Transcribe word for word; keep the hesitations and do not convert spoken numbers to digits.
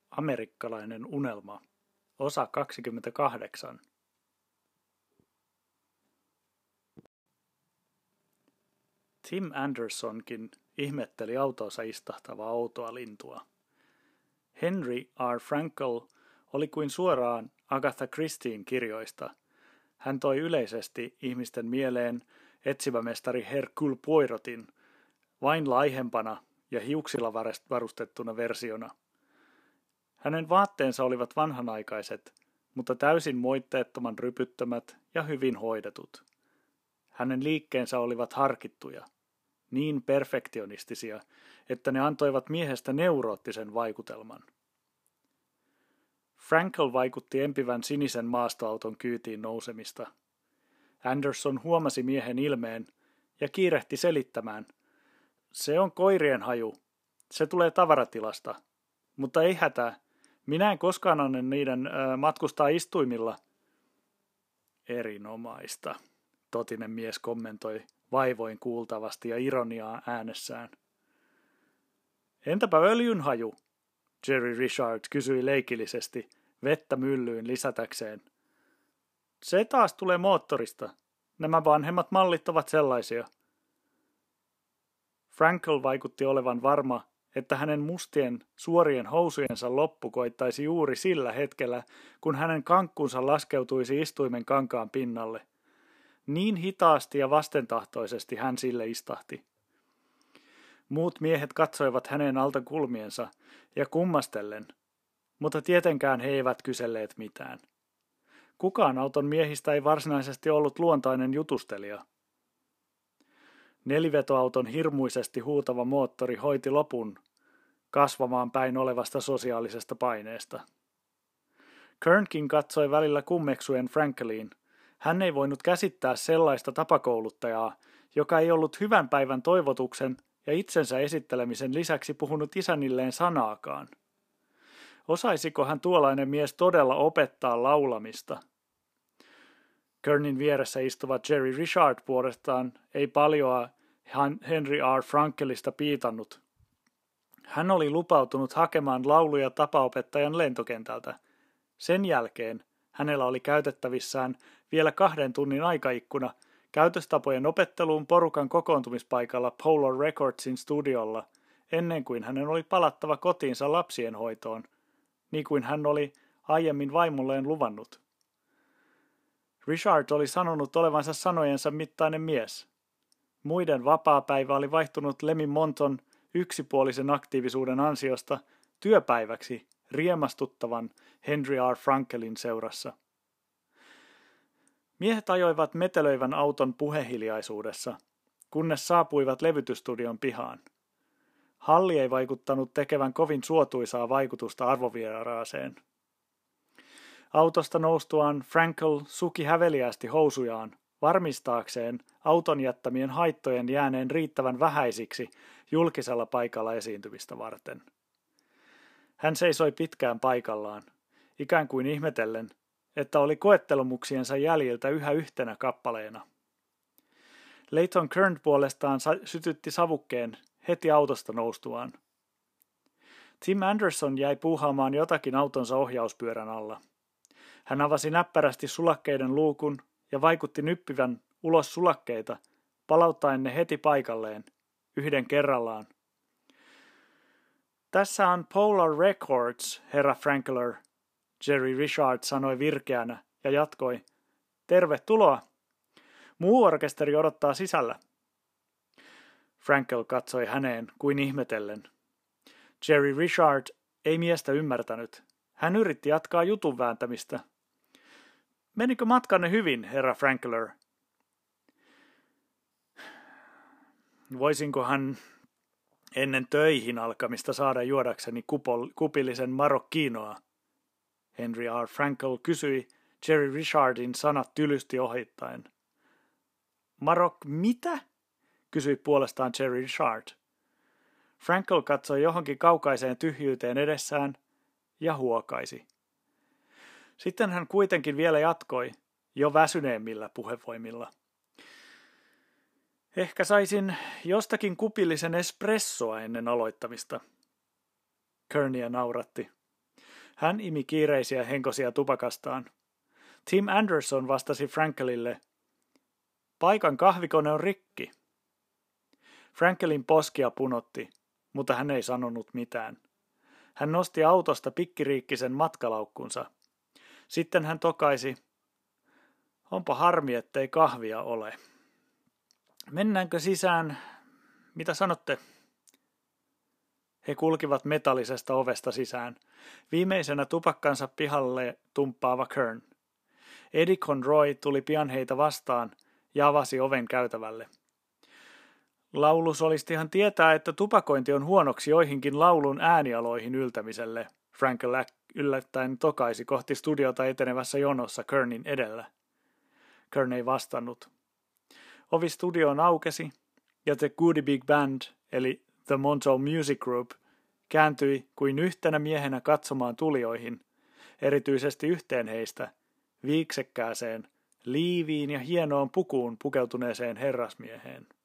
Amerikkalainen unelma, osa kaksikymmentäkahdeksan. Tim Andersonkin ihmetteli autoonsa istahtavaa outoa lintua. Henry R. Frankel oli kuin suoraan Agatha Christien kirjoista. Hän toi yleisesti ihmisten mieleen etsivämestari Hercule Poirotin, vain laihempana ja hiuksilla varustettuna versiona. Hänen vaatteensa olivat vanhanaikaiset, mutta täysin moitteettoman rypyttömät ja hyvin hoidetut. Hänen liikkeensä olivat harkittuja, niin perfektionistisia, että ne antoivat miehestä neuroottisen vaikutelman. Frankel vaikutti empivän sinisen maastoauton kyytiin nousemista. Anderson huomasi miehen ilmeen ja kiirehti selittämään. Se on koirien haju. Se tulee tavaratilasta. Mutta ei hätää. Minä en koskaan anna niiden ö, matkustaa istuimilla. Erinomaista, totinen mies kommentoi vaivoin kuultavasti ja ironiaa äänessään. Entäpä öljyn haju? Jerry Richard kysyi leikillisesti, vettä myllyyn lisätäkseen. Se taas tulee moottorista. Nämä vanhemmat mallit ovat sellaisia. Frankel vaikutti olevan varma, että hänen mustien suorien housujensa loppu koittaisi juuri sillä hetkellä, kun hänen kankkunsa laskeutuisi istuimen kankaan pinnalle. Niin hitaasti ja vastentahtoisesti hän sille istahti. Muut miehet katsoivat hänen alta kulmiensa ja kummastellen, mutta tietenkään he eivät kyselleet mitään. Kukaan auton miehistä ei varsinaisesti ollut luontainen jutustelija. Nelivetoauton hirmuisesti huutava moottori hoiti lopun kasvamaan päin olevasta sosiaalisesta paineesta. Kernkin katsoi välillä kummeksuen Frankeliin. Hän ei voinut käsittää sellaista tapakouluttajaa, joka ei ollut hyvän päivän toivotuksen ja itsensä esittelemisen lisäksi puhunut isänilleen sanaakaan. Osaisiko hän tuollainen mies todella opettaa laulamista? Kernin vieressä istuva Jerry Richard puolestaan ei paljoa Henry R. Frankelista piitannut. Hän oli lupautunut hakemaan lauluja tapaopettajan lentokentältä. Sen jälkeen hänellä oli käytettävissään vielä kahden tunnin aikaikkuna käytöstapojen opetteluun porukan kokoontumispaikalla Polar Recordsin studiolla, ennen kuin hänen oli palattava kotiinsa lapsien hoitoon, niin kuin hän oli aiemmin vaimolleen luvannut. Richard oli sanonut olevansa sanojensa mittainen mies. Muiden vapaapäivä oli vaihtunut Lemmy Monton yksipuolisen aktiivisuuden ansiosta työpäiväksi riemastuttavan Henry R. Frankelin seurassa. Miehet ajoivat metelöivän auton puhehiljaisuudessa, kunnes saapuivat levytystudion pihaan. Halli ei vaikuttanut tekevän kovin suotuisaa vaikutusta arvovieraaseen. Autosta noustuaan Frankel suki häveliästi housujaan, varmistaakseen auton jättämien haittojen jääneen riittävän vähäisiksi julkisella paikalla esiintymistä varten. Hän seisoi pitkään paikallaan, ikään kuin ihmetellen, että oli koettelumuksiensa jäljiltä yhä yhtenä kappaleena. Leighton Kern puolestaan sytytti savukkeen heti autosta noustuaan. Tim Anderson jäi puuhaamaan jotakin autonsa ohjauspyörän alla. Hän avasi näppärästi sulakkeiden luukun ja vaikutti nyppivän ulos sulakkeita, palauttaen ne heti paikalleen, yhden kerrallaan. Tässä on Polar Records, herra Frankeler, Jerry Richard sanoi virkeänä ja jatkoi. Tervetuloa. Muu orkesteri odottaa sisällä. Frankel katsoi häneen kuin ihmetellen. Jerry Richard ei miestä ymmärtänyt. Hän yritti jatkaa jutun vääntämistä. Menikö matkanne hyvin, herra Frankeler? Voisinkohan ennen töihin alkamista saada juodakseni kupol, kupillisen marokkiinoa? Henry R. Frankel kysyi Jerry Richardin sanat tylysti ohittaen. Marok mitä? Kysyi puolestaan Jerry Richard. Frankel katsoi johonkin kaukaiseen tyhjyyteen edessään ja huokaisi. Sitten hän kuitenkin vielä jatkoi, jo väsyneemmillä puhevoimilla. Ehkä saisin jostakin kupillisen espressoa ennen aloittamista. Kernia nauratti. Hän imi kiireisiä henkosia tupakastaan. Tim Anderson vastasi Frankelille, paikan kahvikone on rikki. Frankelin poskia punotti, mutta hän ei sanonut mitään. Hän nosti autosta pikkiriikkisen matkalaukkunsa. Sitten hän tokaisi, onpa harmi, ettei kahvia ole. Mennäänkö sisään? Mitä sanotte? He kulkivat metallisesta ovesta sisään. Viimeisenä tupakkansa pihalle tumppaava Kern. Eddie Conroy tuli pian heitä vastaan ja avasi oven käytävälle. Laulusolistihan tietää, että tupakointi on huonoksi joihinkin laulun äänialoihin yltämiselle, Frankel yllättäen tokaisi kohti studiota etenevässä jonossa Kernin edellä. Kern ei vastannut. Ovi studioon aukesi, ja The Goody Big Band, eli The Monto Music Group, kääntyi kuin yhtenä miehenä katsomaan tulijoihin, erityisesti yhteen heistä, viiksekkääseen, liiviin ja hienoon pukuun pukeutuneeseen herrasmieheen.